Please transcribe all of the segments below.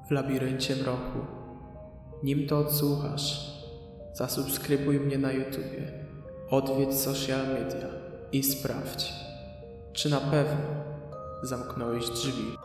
w labiryncie mroku. Nim to odsłuchasz, zasubskrybuj mnie na YouTubie, odwiedź social media i sprawdź, czy na pewno zamknąłeś drzwi.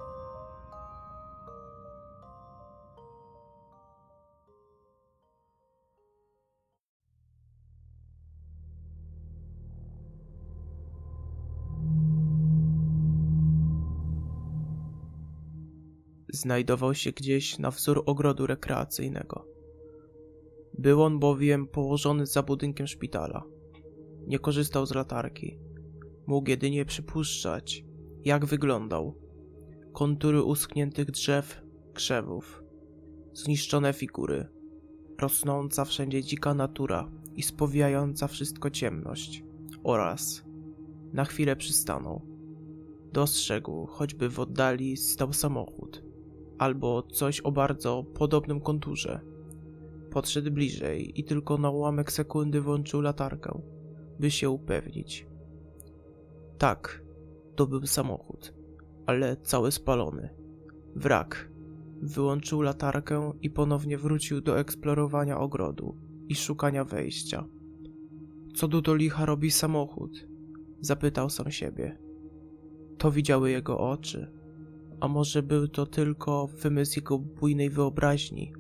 Znajdował się gdzieś na wzór ogrodu rekreacyjnego. Był on bowiem położony za budynkiem szpitala. Nie korzystał z latarki. Mógł jedynie przypuszczać, jak wyglądał. Kontury uschniętych drzew, krzewów, zniszczone figury, rosnąca wszędzie dzika natura i spowijająca wszystko ciemność. Oraz na chwilę przystanął. Dostrzegł, choćby w oddali stał samochód, albo coś o bardzo podobnym konturze. Podszedł bliżej i tylko na ułamek sekundy włączył latarkę, by się upewnić. Tak, to był samochód, ale cały spalony. Wrak. Wyłączył latarkę i ponownie wrócił do eksplorowania ogrodu i szukania wejścia. Co tu do licha robi samochód? Zapytał sam siebie. To widziały jego oczy. A może był to tylko wymysł jego bujnej wyobraźni?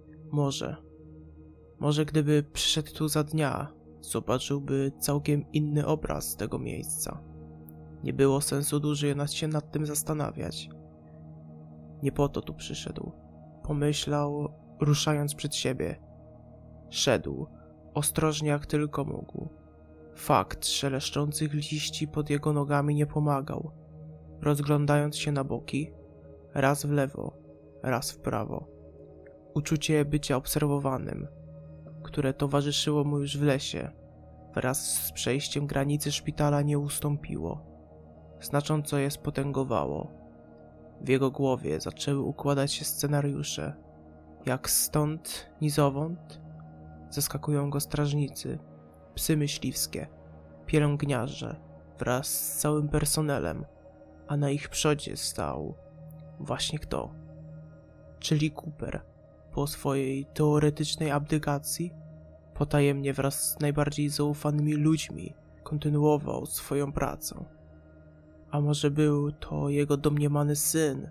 Może gdyby przyszedł tu za dnia, zobaczyłby całkiem inny obraz tego miejsca. Nie było sensu dłużej się nad tym zastanawiać. Nie po to tu przyszedł. Pomyślał, ruszając przed siebie. Szedł, ostrożnie jak tylko mógł. Fakt szeleszczących liści pod jego nogami nie pomagał. Rozglądając się na boki, raz w lewo, raz w prawo. Uczucie bycia obserwowanym, które towarzyszyło mu już w lesie, wraz z przejściem granicy szpitala nie ustąpiło. Znacząco je spotęgowało. W jego głowie zaczęły układać się scenariusze. Jak stąd, ni zowąd, zaskakują go strażnicy, psy myśliwskie, pielęgniarze, wraz z całym personelem, a na ich przodzie stał właśnie kto? Czyli Cooper, po swojej teoretycznej abdykacji, potajemnie wraz z najbardziej zaufanymi ludźmi kontynuował swoją pracę. A może był to jego domniemany syn?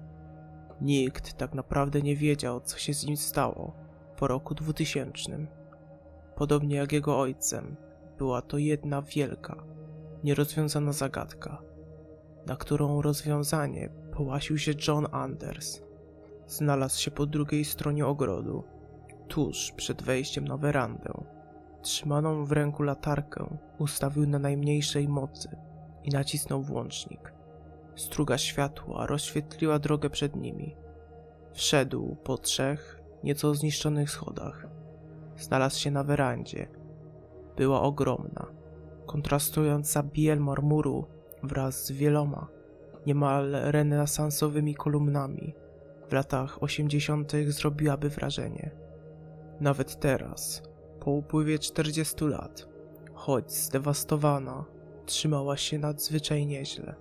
Nikt tak naprawdę nie wiedział, co się z nim stało po roku 2000. Podobnie jak jego ojcem, była to jedna wielka, nierozwiązana zagadka, na którą rozwiązanie połasił się John Anders. Znalazł się po drugiej stronie ogrodu, tuż przed wejściem na werandę. Trzymaną w ręku latarkę ustawił na najmniejszej mocy i nacisnął włącznik. Struga światła rozświetliła drogę przed nimi. Wszedł po 3 nieco zniszczonych schodach. Znalazł się na werandzie. Była ogromna, kontrastująca biel marmuru wraz z wieloma, niemal renesansowymi kolumnami. W latach 80. zrobiłaby wrażenie. Nawet teraz, po upływie 40 lat, choć zdewastowana, trzymała się nadzwyczaj nieźle.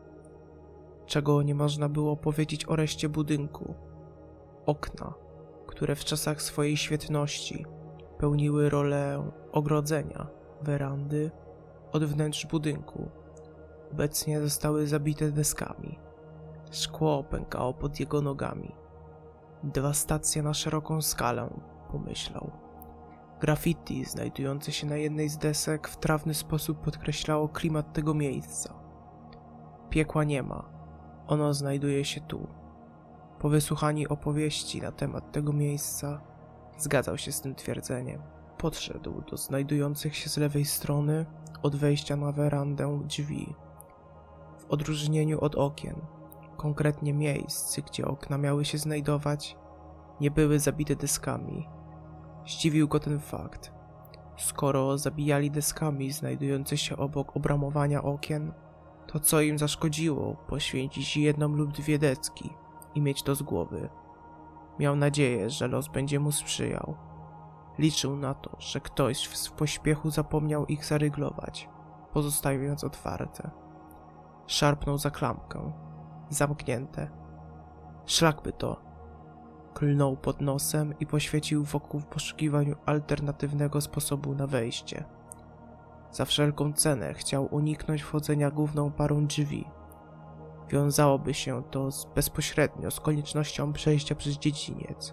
Czego nie można było powiedzieć o reszcie budynku. Okna, które w czasach swojej świetności pełniły rolę ogrodzenia werandy od wnętrz budynku, obecnie zostały zabite deskami. Szkło pękało pod jego nogami. Dewastacja na szeroką skalę, pomyślał. Graffiti znajdujące się na jednej z desek w trawny sposób podkreślało klimat tego miejsca. Piekła nie ma, ono znajduje się tu. Po wysłuchaniu opowieści na temat tego miejsca zgadzał się z tym twierdzeniem. Podszedł do znajdujących się z lewej strony od wejścia na werandę drzwi. W odróżnieniu od okien, konkretnie miejsc, gdzie okna miały się znajdować, nie były zabite deskami. Zdziwił go ten fakt. Skoro zabijali deskami znajdujące się obok obramowania okien, to co im zaszkodziło poświęcić 1 lub 2 deski i mieć to z głowy? Miał nadzieję, że los będzie mu sprzyjał. Liczył na to, że ktoś w pośpiechu zapomniał ich zaryglować, pozostawiając otwarte. Szarpnął za klamkę. Zamknięte. Szlak by to. Klnął pod nosem i poświecił wokół w poszukiwaniu alternatywnego sposobu na wejście. Za wszelką cenę chciał uniknąć wchodzenia główną parą drzwi. Wiązałoby się to bezpośrednio z koniecznością przejścia przez dziedziniec.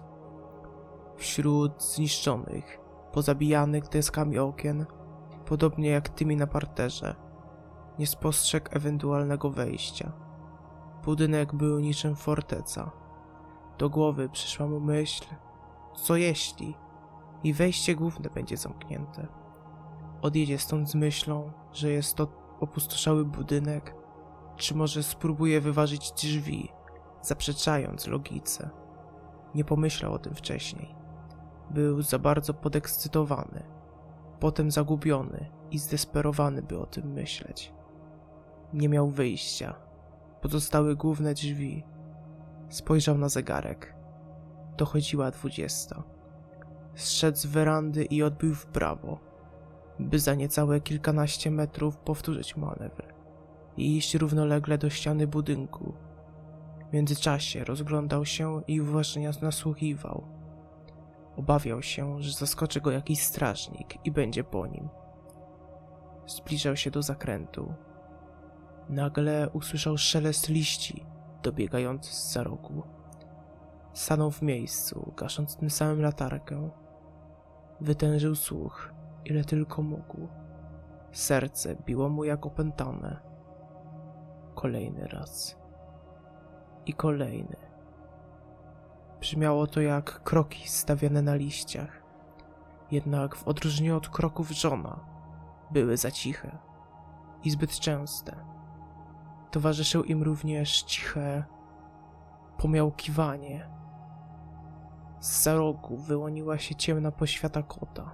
Wśród zniszczonych, pozabijanych deskami okien, podobnie jak tymi na parterze, nie spostrzegł ewentualnego wejścia. Budynek był niczym forteca. Do głowy przyszła mu myśl, co jeśli i wejście główne będzie zamknięte. Odjedzie stąd z myślą, że jest to opustoszały budynek, czy może spróbuje wyważyć drzwi, zaprzeczając logice. Nie pomyślał o tym wcześniej. Był za bardzo podekscytowany, potem zagubiony i zdesperowany, by o tym myśleć. Nie miał wyjścia. Pozostały główne drzwi. Spojrzał na zegarek. Dochodziła 20. Zszedł z werandy i odbił w prawo, by za niecałe kilkanaście metrów powtórzyć manewr i iść równolegle do ściany budynku. W międzyczasie rozglądał się i uważnie nasłuchiwał. Obawiał się, że zaskoczy go jakiś strażnik i będzie po nim. Zbliżał się do zakrętu. Nagle usłyszał szelest liści dobiegający zza rogu. Stanął w miejscu, gasząc tym samym latarkę. Wytężył słuch, ile tylko mógł. Serce biło mu jak opętane. Kolejny raz. I kolejny. Brzmiało to jak kroki stawiane na liściach. Jednak w odróżnieniu od kroków Johna były za ciche i zbyt częste. Towarzyszył im również ciche pomiałkiwanie. Zza rogu wyłoniła się ciemna poświata kota.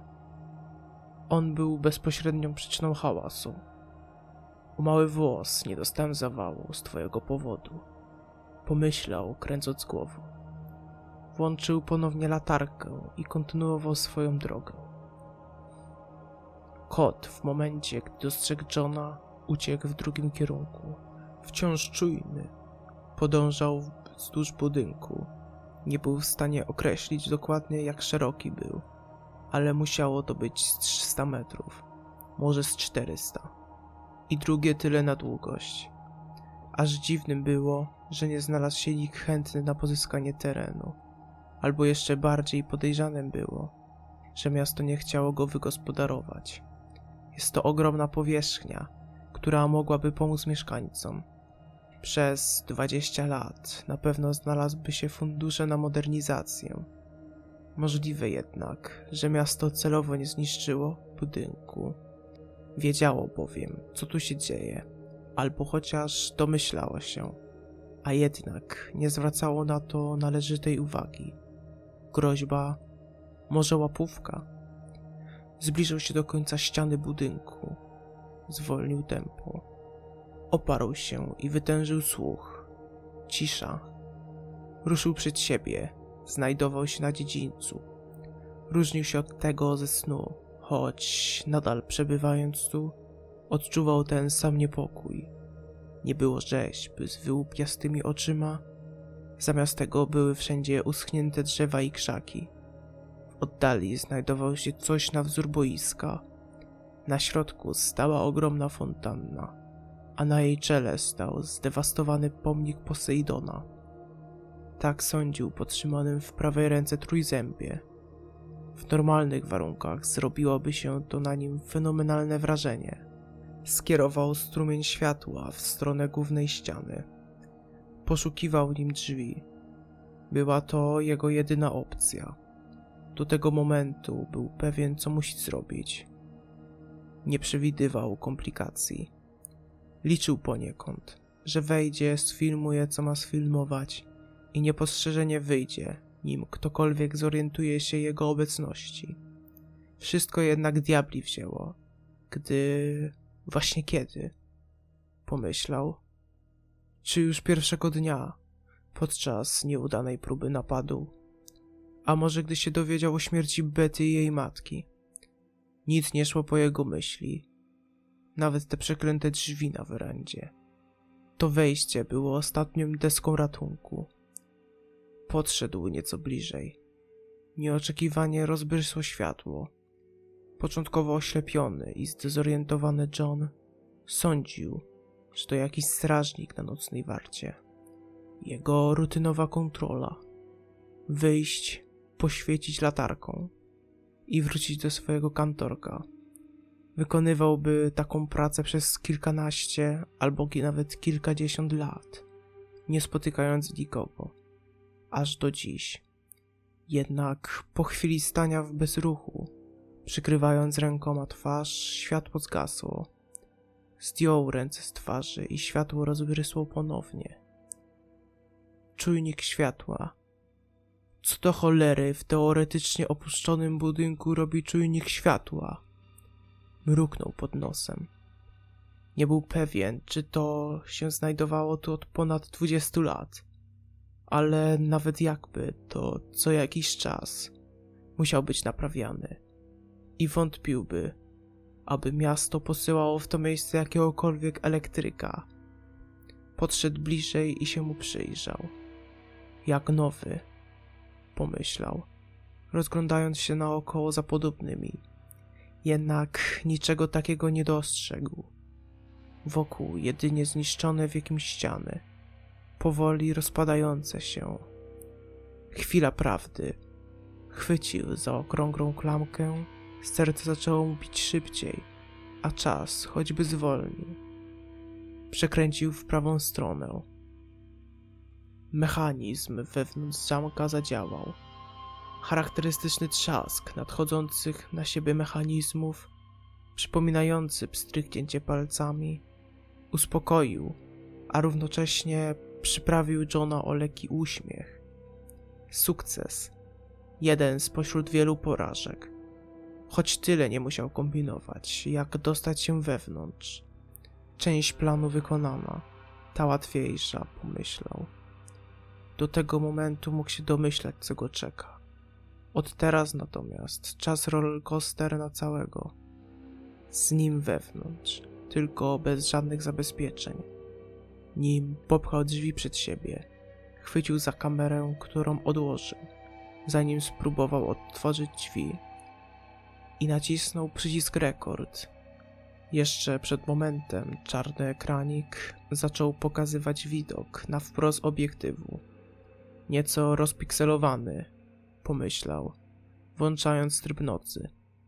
On był bezpośrednią przyczyną hałasu. O mały włos nie dostałem zawału z twojego powodu. Pomyślał, kręcąc głową. Włączył ponownie latarkę i kontynuował swoją drogę. Kot w momencie, gdy dostrzegł Johna, uciekł w drugim kierunku. Wciąż czujny, podążał wzdłuż budynku. Nie był w stanie określić dokładnie, jak szeroki był, ale musiało to być z 300 metrów, może z 400. I drugie tyle na długość. Aż dziwnym było, że nie znalazł się nikt chętny na pozyskanie terenu. Albo jeszcze bardziej podejrzanym było, że miasto nie chciało go wygospodarować. Jest to ogromna powierzchnia, która mogłaby pomóc mieszkańcom. Przez 20 lat na pewno znalazłby się fundusze na modernizację. Możliwe jednak, że miasto celowo nie zniszczyło budynku. Wiedziało bowiem, co tu się dzieje, albo chociaż domyślało się, a jednak nie zwracało na to należytej uwagi. Groźba, może łapówka. Zbliżył się do końca ściany budynku. Zwolnił tempo. Oparł się i wytężył słuch. Cisza. Ruszył przed siebie. Znajdował się na dziedzińcu. Różnił się od tego ze snu, choć nadal przebywając tu, odczuwał ten sam niepokój. Nie było rzeźb z wyłupiastymi oczyma. Zamiast tego były wszędzie uschnięte drzewa i krzaki. W oddali znajdował się coś na wzór boiska. Na środku stała ogromna fontanna, a na jej czele stał zdewastowany pomnik Posejdona. Tak sądził podtrzymanym w prawej ręce trójzębie. W normalnych warunkach zrobiłoby się to na nim fenomenalne wrażenie. Skierował strumień światła w stronę głównej ściany. Poszukiwał nim drzwi. Była to jego jedyna opcja. Do tego momentu był pewien, co musi zrobić. Nie przewidywał komplikacji. Liczył poniekąd, że wejdzie, sfilmuje, co ma sfilmować i niepostrzeżenie wyjdzie, nim ktokolwiek zorientuje się jego obecności. Wszystko jednak diabli wzięło, gdy... Właśnie kiedy? Pomyślał. Czy już pierwszego dnia, podczas nieudanej próby napadu? A może gdy się dowiedział o śmierci Betty i jej matki? Nic nie szło po jego myśli. Nawet te przeklęte drzwi na werandzie. To wejście było ostatnią deską ratunku. Podszedł nieco bliżej. Nieoczekiwanie rozbłysło światło. Początkowo oślepiony i zdezorientowany John sądził, że to jakiś strażnik na nocnej warcie. Jego rutynowa kontrola. Wyjść, poświecić latarką i wrócić do swojego kantorka. Wykonywałby taką pracę przez kilkanaście albo nawet kilkadziesiąt lat, nie spotykając nikogo, aż do dziś. Jednak po chwili stania w bezruchu, przykrywając rękoma twarz, światło zgasło. Zdjął ręce z twarzy i światło rozbrysło ponownie. Czujnik światła. Co do cholery w teoretycznie opuszczonym budynku robi czujnik światła? Mruknął pod nosem. Nie był pewien, czy to się znajdowało tu od ponad 20 lat. Ale nawet jakby, to co jakiś czas musiał być naprawiany. I wątpiłby, aby miasto posyłało w to miejsce jakiegokolwiek elektryka. Podszedł bliżej i się mu przyjrzał. Jak nowy, pomyślał, rozglądając się naokoło za podobnymi. Jednak niczego takiego nie dostrzegł. Wokół jedynie zniszczone w jakimś ściany, powoli rozpadające się. Chwila prawdy. Chwycił za okrągłą klamkę, serce zaczęło mu bić szybciej, a czas choćby zwolnił. Przekręcił w prawą stronę. Mechanizm wewnątrz zamka zadziałał. Charakterystyczny trzask nadchodzących na siebie mechanizmów, przypominający pstryknięcie palcami, uspokoił, a równocześnie przyprawił Johna o lekki uśmiech. Sukces. Jeden spośród wielu porażek. Choć tyle nie musiał kombinować, jak dostać się wewnątrz. Część planu wykonana, ta łatwiejsza, pomyślał. Do tego momentu mógł się domyślać, co go czeka. Od teraz natomiast czas rollercoaster na całego. Z nim wewnątrz, tylko bez żadnych zabezpieczeń. Nim popchał drzwi przed siebie, chwycił za kamerę, którą odłożył, zanim spróbował otworzyć drzwi i nacisnął przycisk rekord. Jeszcze przed momentem czarny ekranik zaczął pokazywać widok na wprost obiektywu. Nieco rozpikselowany, pomyślał, włączając tryb nocy.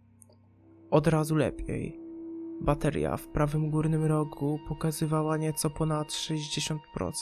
Od razu lepiej. Bateria w prawym górnym rogu pokazywała nieco ponad 60%.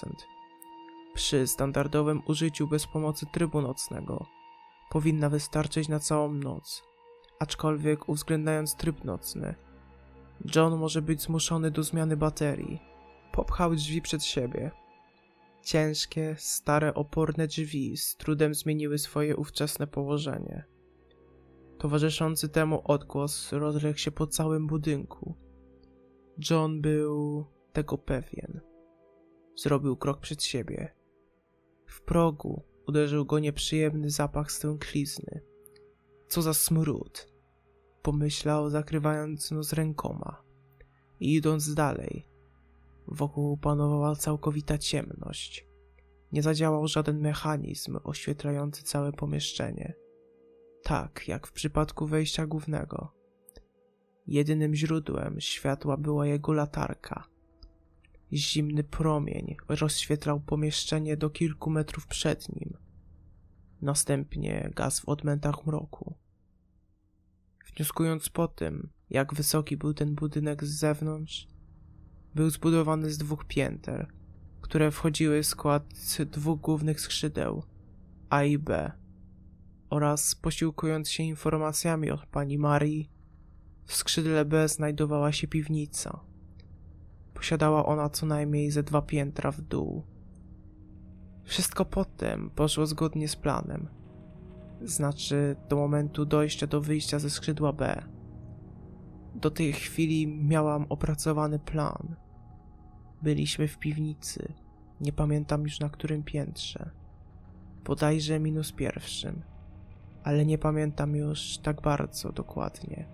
Przy standardowym użyciu bez pomocy trybu nocnego powinna wystarczyć na całą noc, aczkolwiek uwzględniając tryb nocny, John może być zmuszony do zmiany baterii. Popchał drzwi przed siebie. Ciężkie, stare, oporne drzwi z trudem zmieniły swoje ówczesne położenie. Towarzyszący temu odgłos rozległ się po całym budynku. John był tego pewien. Zrobił krok przed siebie. W progu uderzył go nieprzyjemny zapach stęchlizny. Co za smród, pomyślał, zakrywając nos rękoma. I idąc dalej, wokół panowała całkowita ciemność. Nie zadziałał żaden mechanizm oświetlający całe pomieszczenie. Tak jak w przypadku wejścia głównego. Jedynym źródłem światła była jego latarka. Zimny promień rozświetlał pomieszczenie do kilku metrów przed nim. Następnie gasł w odmętach mroku. Wnioskując po tym, jak wysoki był ten budynek z zewnątrz, był zbudowany z 2 pięter, które wchodziły w skład 2 głównych skrzydeł, A i B, oraz posiłkując się informacjami od pani Marii, w skrzydle B znajdowała się piwnica. Posiadała ona co najmniej ze 2 piętra w dół. Wszystko potem poszło zgodnie z planem. Znaczy do momentu dojścia do wyjścia ze skrzydła B. Do tej chwili miałam opracowany plan. Byliśmy w piwnicy, nie pamiętam już na którym piętrze. Bodajże -1, ale nie pamiętam już tak bardzo dokładnie.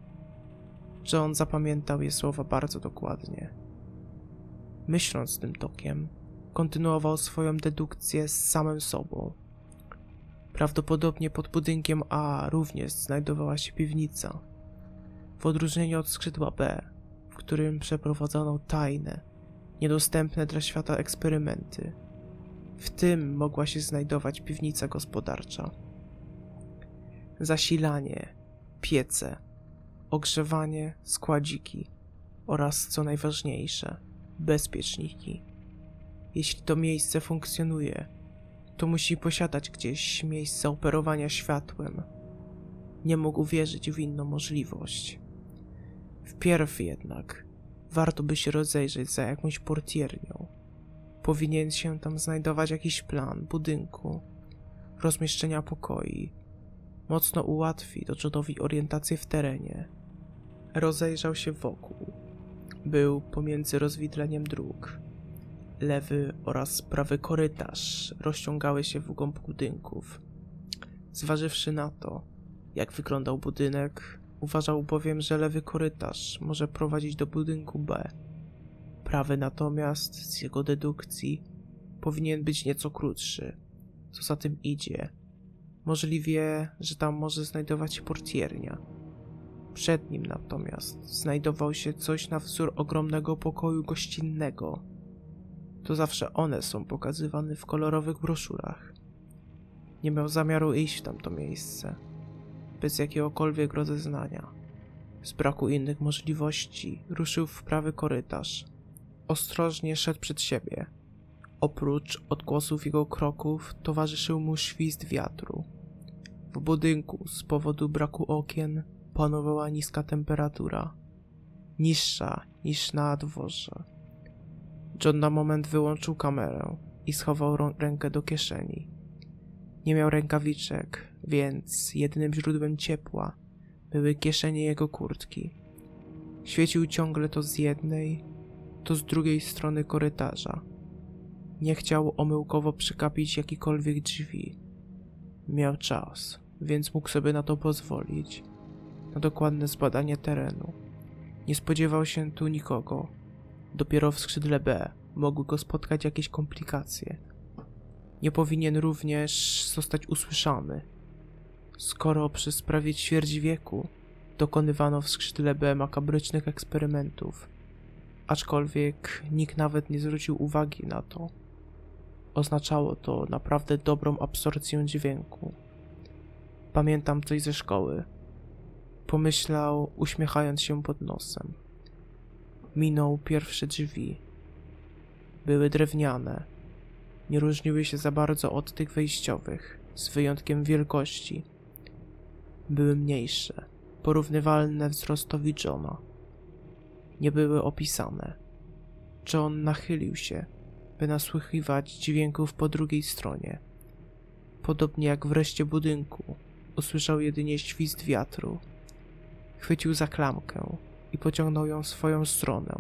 John zapamiętał je słowa bardzo dokładnie. Myśląc tym tokiem, kontynuował swoją dedukcję z samym sobą. Prawdopodobnie pod budynkiem A również znajdowała się piwnica. W odróżnieniu od skrzydła B, w którym przeprowadzono tajne, niedostępne dla świata eksperymenty, w tym mogła się znajdować piwnica gospodarcza. Zasilanie, piece, ogrzewanie, składziki oraz, co najważniejsze, bezpieczniki. Jeśli to miejsce funkcjonuje, to musi posiadać gdzieś miejsce operowania światłem. Nie mógł wierzyć w inną możliwość. Wpierw jednak warto by się rozejrzeć za jakąś portiernią. Powinien się tam znajdować jakiś plan budynku, rozmieszczenia pokoi. Mocno ułatwi Dodge'owi orientację w terenie. Rozejrzał się wokół. Był pomiędzy rozwidleniem dróg. Lewy oraz prawy korytarz rozciągały się w głąb budynków. Zważywszy na to, jak wyglądał budynek, uważał bowiem, że lewy korytarz może prowadzić do budynku B. Prawy natomiast, z jego dedukcji, powinien być nieco krótszy. Co za tym idzie, możliwe, że tam może znajdować się portiernia. Przed nim natomiast znajdował się coś na wzór ogromnego pokoju gościnnego. To zawsze one są pokazywane w kolorowych broszurach. Nie miał zamiaru iść w tamto miejsce, bez jakiegokolwiek rozeznania. Z braku innych możliwości ruszył w prawy korytarz. Ostrożnie szedł przed siebie. Oprócz odgłosów jego kroków towarzyszył mu świst wiatru. W budynku z powodu braku okien panowała niska temperatura, niższa niż na dworze. John na moment wyłączył kamerę i schował rękę do kieszeni. Nie miał rękawiczek, więc jedynym źródłem ciepła były kieszenie jego kurtki. Świecił ciągle to z jednej, to z drugiej strony korytarza. Nie chciał omyłkowo przykapić jakichkolwiek drzwi. Miał czas, więc mógł sobie na to pozwolić. Na dokładne zbadanie terenu. Nie spodziewał się tu nikogo. Dopiero w skrzydle B mogły go spotkać jakieś komplikacje. Nie powinien również zostać usłyszany, skoro przez prawie ćwierć wieku dokonywano w skrzydle B makabrycznych eksperymentów, aczkolwiek nikt nawet nie zwrócił uwagi na to. Oznaczało to naprawdę dobrą absorpcję dźwięku. Pamiętam coś ze szkoły. Pomyślał, uśmiechając się pod nosem. Minął pierwsze drzwi. Były drewniane. Nie różniły się za bardzo od tych wejściowych, z wyjątkiem wielkości. Były mniejsze, porównywalne wzrostowi Johna. Nie były opisane. John nachylił się, by nasłuchiwać dźwięków po drugiej stronie. Podobnie jak w reszcie budynku, usłyszał jedynie świst wiatru. Chwycił za klamkę i pociągnął ją w swoją stronę.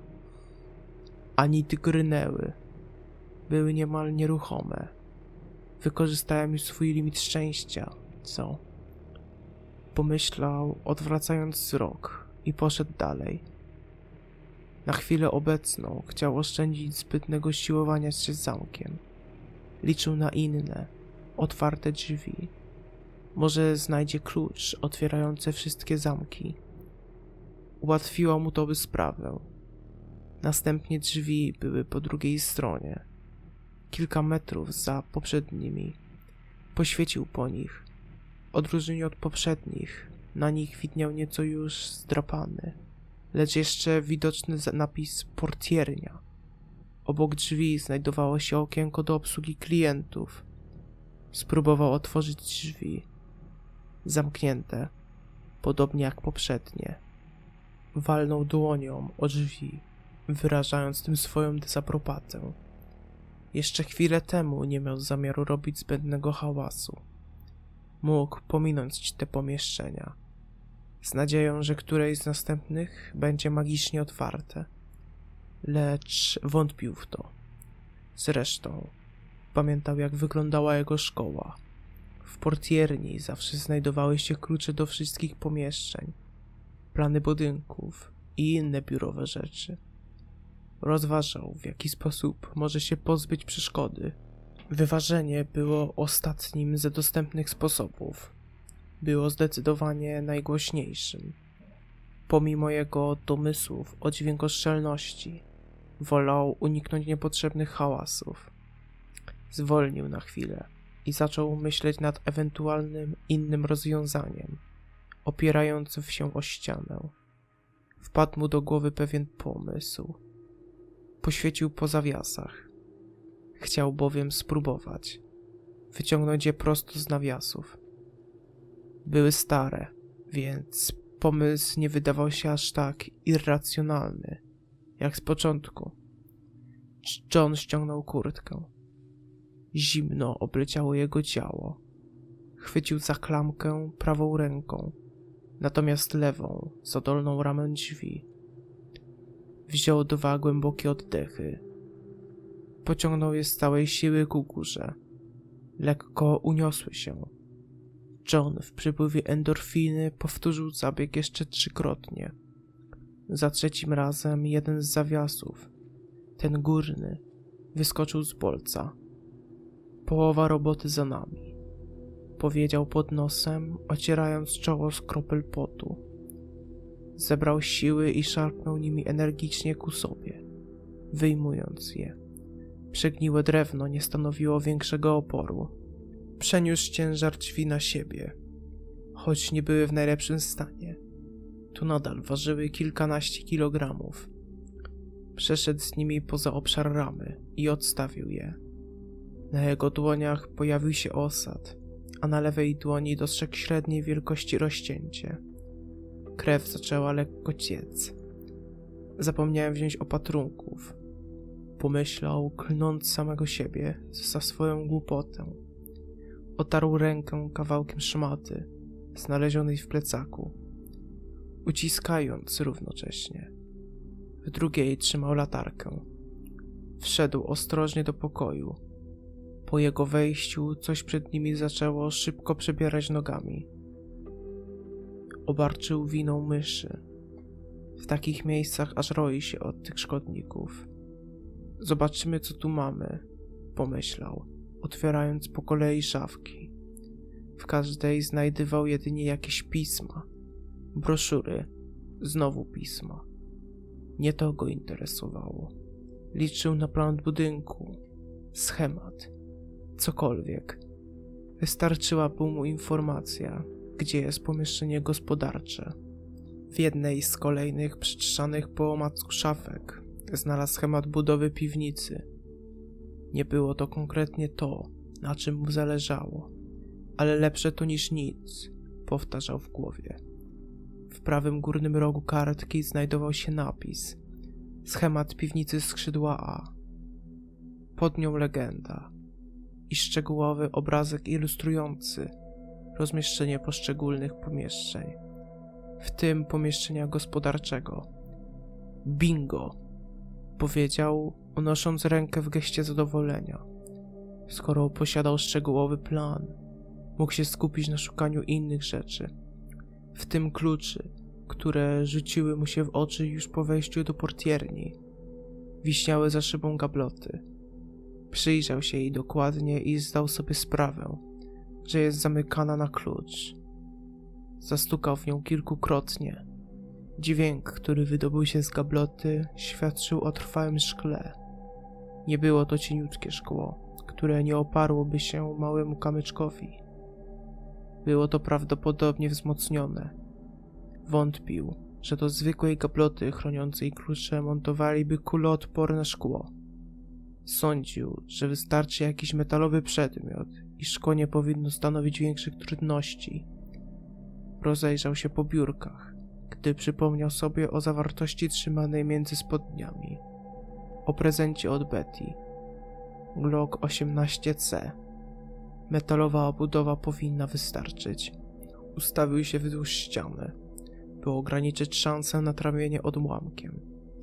Ani grynęły. Były niemal nieruchome. Wykorzystałem już swój limit szczęścia, co? Pomyślał, odwracając wzrok, i poszedł dalej. Na chwilę obecną chciał oszczędzić zbytnego siłowania się z zamkiem. Liczył na inne, otwarte drzwi. Może znajdzie klucz otwierający wszystkie zamki. Ułatwiło mu to by sprawę. Następnie drzwi były po drugiej stronie, kilka metrów za poprzednimi. Poświecił po nich. W odróżnieniu od poprzednich, na nich widniał nieco już zdrapany, lecz jeszcze widoczny napis portiernia. Obok drzwi znajdowało się okienko do obsługi klientów. Spróbował otworzyć drzwi. Zamknięte, podobnie jak poprzednie. Walnął dłonią o drzwi, wyrażając tym swoją dezaprobatę. Jeszcze chwilę temu nie miał zamiaru robić zbędnego hałasu. Mógł pominąć te pomieszczenia, z nadzieją, że któreś z następnych będzie magicznie otwarte. Lecz wątpił w to. Zresztą pamiętał, jak wyglądała jego szkoła. W portierni zawsze znajdowały się klucze do wszystkich pomieszczeń, plany budynków i inne biurowe rzeczy. Rozważał, w jaki sposób może się pozbyć przeszkody. Wyważenie było ostatnim ze dostępnych sposobów. Było zdecydowanie najgłośniejszym. Pomimo jego domysłów o dźwiękoszczelności, wolał uniknąć niepotrzebnych hałasów. Zwolnił na chwilę i zaczął myśleć nad ewentualnym innym rozwiązaniem, opierającym się o ścianę. Wpadł mu do głowy pewien pomysł. Poświecił po zawiasach. Chciał bowiem spróbować wyciągnąć je prosto z nawiasów. Były stare, więc pomysł nie wydawał się aż tak irracjonalny, jak z początku. John ściągnął kurtkę. Zimno obleciało jego ciało. Chwycił za klamkę prawą ręką, natomiast lewą za dolną ramę drzwi. Wziął 2 głębokie oddechy. Pociągnął je z całej siły ku górze. Lekko uniosły się. John w przypływie endorfiny powtórzył zabieg jeszcze 3-krotnie. Za 3. razem jeden z zawiasów, ten górny, wyskoczył z bolca. Połowa roboty za nami, powiedział pod nosem, ocierając czoło z kropel potu. Zebrał siły i szarpnął nimi energicznie ku sobie, wyjmując je. Przegniłe drewno nie stanowiło większego oporu. Przeniósł ciężar drzwi na siebie, choć nie były w najlepszym stanie. Tu nadal ważyły kilkanaście kilogramów. Przeszedł z nimi poza obszar ramy i odstawił je. Na jego dłoniach pojawił się osad, a na lewej dłoni dostrzegł średniej wielkości rozcięcie. Krew zaczęła lekko ciec. Zapomniałem wziąć opatrunków. Pomyślał, klnąc samego siebie za swoją głupotę. Otarł rękę kawałkiem szmaty, znalezionej w plecaku, uciskając równocześnie. W drugiej trzymał latarkę. Wszedł ostrożnie do pokoju. Po jego wejściu coś przed nimi zaczęło szybko przebierać nogami. Obarczył winą myszy. W takich miejscach aż roi się od tych szkodników. Zobaczymy, co tu mamy, pomyślał, otwierając po kolei szafki. W każdej znajdywał jedynie jakieś pisma, broszury, znowu pisma. Nie to go interesowało. Liczył na plan budynku, schemat, cokolwiek. Wystarczyłaby mu informacja, gdzie jest pomieszczenie gospodarcze. W jednej z kolejnych przetrzanych po omacku szafek znalazł schemat budowy piwnicy. Nie było to konkretnie to, na czym mu zależało, ale lepsze to niż nic, powtarzał w głowie. W prawym górnym rogu kartki znajdował się napis: schemat piwnicy skrzydła A. Pod nią legenda i szczegółowy obrazek ilustrujący rozmieszczenie poszczególnych pomieszczeń, w tym pomieszczenia gospodarczego. Bingo! Powiedział, unosząc rękę w geście zadowolenia. Skoro posiadał szczegółowy plan, mógł się skupić na szukaniu innych rzeczy, w tym kluczy, które rzuciły mu się w oczy już po wejściu do portierni. Wiśniały za szybą gabloty. Przyjrzał się jej dokładnie i zdał sobie sprawę, że jest zamykana na klucz. Zastukał w nią kilkukrotnie. Dźwięk, który wydobył się z gabloty, świadczył o trwałym szkle. Nie było to cieniutkie szkło, które nie oparłoby się małemu kamyczkowi. Było to prawdopodobnie wzmocnione. Wątpił, że do zwykłej gabloty chroniącej klucze montowaliby kuloodporne szkło. Sądził, że wystarczy jakiś metalowy przedmiot i szkło nie powinno stanowić większych trudności. Rozejrzał się po biurkach, gdy przypomniał sobie o zawartości trzymanej między spodniami. O prezencie od Betty. Glock 18C. Metalowa obudowa powinna wystarczyć. Ustawił się wzdłuż ściany, by ograniczyć szansę na trafienie odłamkiem.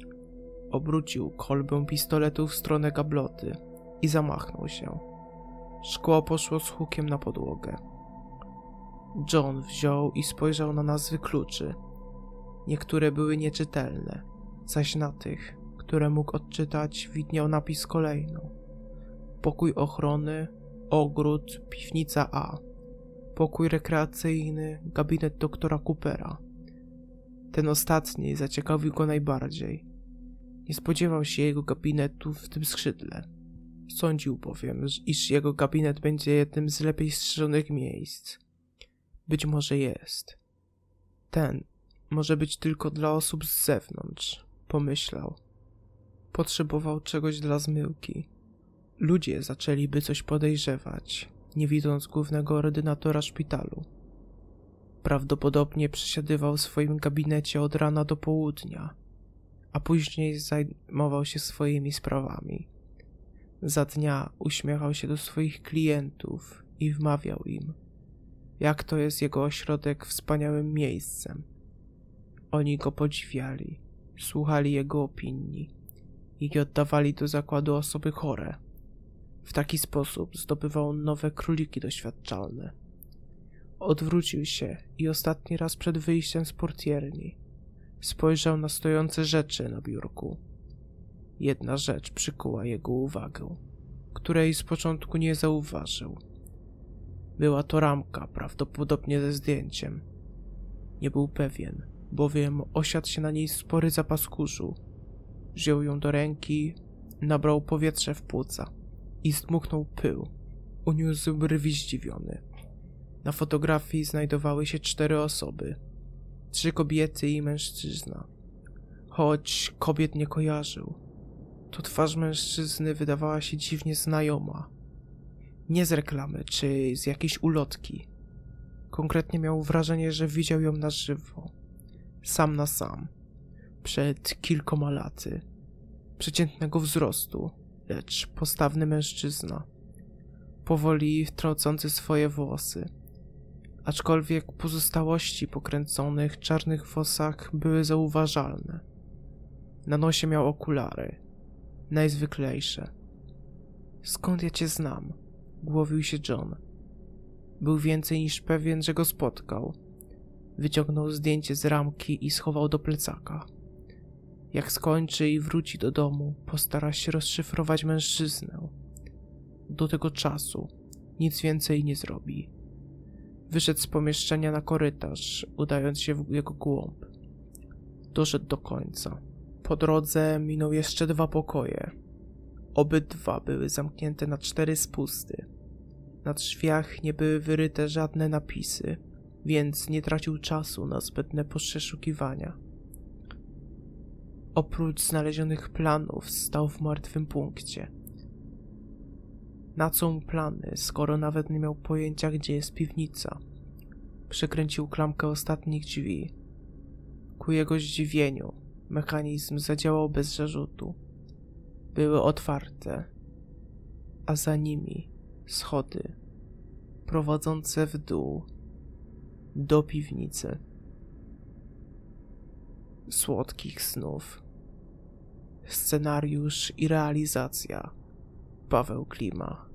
Obrócił kolbę pistoletu w stronę gabloty i zamachnął się. Szkło poszło z hukiem na podłogę. John wziął i spojrzał na nazwy kluczy. Niektóre były nieczytelne, zaś na tych, które mógł odczytać, widniał napis kolejno. pokój ochrony, ogród, piwnica A, pokój rekreacyjny, gabinet doktora Coopera. Ten ostatni zaciekawił go najbardziej. Nie spodziewał się jego gabinetu w tym skrzydle. Sądził bowiem, iż jego gabinet będzie jednym z lepiej strzeżonych miejsc. Być może jest. Ten może być tylko dla osób z zewnątrz, pomyślał. Potrzebował czegoś dla zmyłki. Ludzie zaczęliby coś podejrzewać, nie widząc głównego ordynatora szpitalu. Prawdopodobnie przesiadywał w swoim gabinecie od rana do południa, a później zajmował się swoimi sprawami. Za dnia uśmiechał się do swoich klientów i wmawiał im, jak to jest jego ośrodek wspaniałym miejscem. Oni go podziwiali, słuchali jego opinii i oddawali do zakładu osoby chore. W taki sposób zdobywał nowe króliki doświadczalne. Odwrócił się i ostatni raz przed wyjściem z portierni spojrzał na stojące rzeczy na biurku. Jedna rzecz przykuła jego uwagę, której z początku nie zauważył. Była to ramka, prawdopodobnie ze zdjęciem. Nie był pewien, bowiem osiadł się na niej spory zapas kurzu. Wziął ją do ręki, nabrał powietrze w płuca i zdmuchnął pył. Uniósł brwi zdziwiony. Na fotografii znajdowały się 4 osoby. 3 kobiety i mężczyzna. Choć kobiet nie kojarzył, to twarz mężczyzny wydawała się dziwnie znajoma. Nie z reklamy czy z jakiejś ulotki. Konkretnie miał wrażenie, że widział ją na żywo. Sam na sam. Przed kilkoma laty. Przeciętnego wzrostu, lecz postawny mężczyzna. Powoli trącący swoje włosy. Aczkolwiek pozostałości po kręconych, czarnych włosach były zauważalne. Na nosie miał okulary. Najzwyklejsze. Skąd ja cię znam? Głowił się John. Był więcej niż pewien, że go spotkał. Wyciągnął zdjęcie z ramki i schował do plecaka. Jak skończy i wróci do domu, postara się rozszyfrować mężczyznę. Do tego czasu nic więcej nie zrobi. Wyszedł z pomieszczenia na korytarz, udając się w jego głąb. Doszedł do końca. Po drodze minął jeszcze 2 pokoje. Obydwa były zamknięte na 4 spusty. Na drzwiach nie były wyryte żadne napisy, więc nie tracił czasu na zbędne przeszukiwania. Oprócz znalezionych planów stał w martwym punkcie. Na co mu plany, skoro nawet nie miał pojęcia, gdzie jest piwnica? Przekręcił klamkę ostatnich drzwi. Ku jego zdziwieniu mechanizm zadziałał bez zarzutu. Były otwarte, a za nimi schody prowadzące w dół do piwnicy. Słodkich snów. Scenariusz i realizacja Paweł Klima.